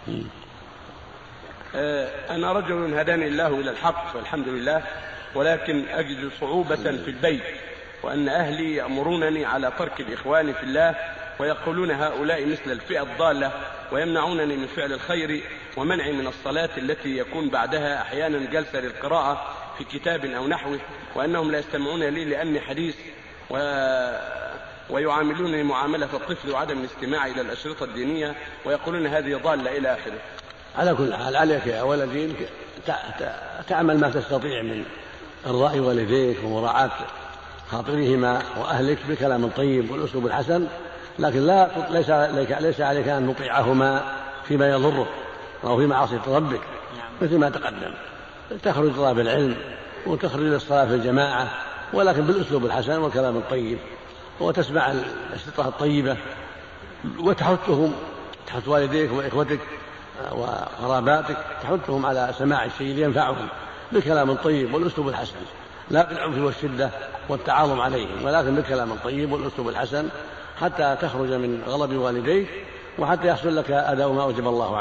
أنا رجل هداني الله إلى الحق والحمد لله، ولكن أجد صعوبة في البيت، وأن أهلي يأمرونني على ترك الإخوان في الله، ويقولون هؤلاء مثل الفئة الضالة، ويمنعونني من فعل الخير ومنعي من الصلاة التي يكون بعدها أحيانا جلسة للقراءة في كتاب أو نحوه، وأنهم لا يستمعون لي لأني حديث، ويعاملونني معاملة الطفل وعدم الاستماع إلى الأشرطة الدينية، ويقولون هذه ضالة إلى آخره. على كل حال عليك يا ولدي تعمل ما تستطيع من إرضاء والديك ومراعاة خاطرهما وأهلك بكلام طيب والأسلوب الحسن، لكن ليس عليك أن تطيعهما فيما يضرك أو في معصية ربك، مثل ما تقدم تخرج طلاب العلم وتخرج للصلاة في الجماعة، ولكن بالأسلوب الحسن والكلام الطيب، وتسمع الأشرطة الطيبة، وتحثهم، تحث والديك وإخوتك وقراباتك، تحثهم على سماع الشيء لينفعهم بالكلام الطيب والأسلوب الحسن، لا بالعنف والشدة والتعاظم عليهم، ولكن بالكلام الطيب والأسلوب الحسن، حتى تخرج من غضب والديك وحتى يحصل لك أداء ما أوجب الله عليك.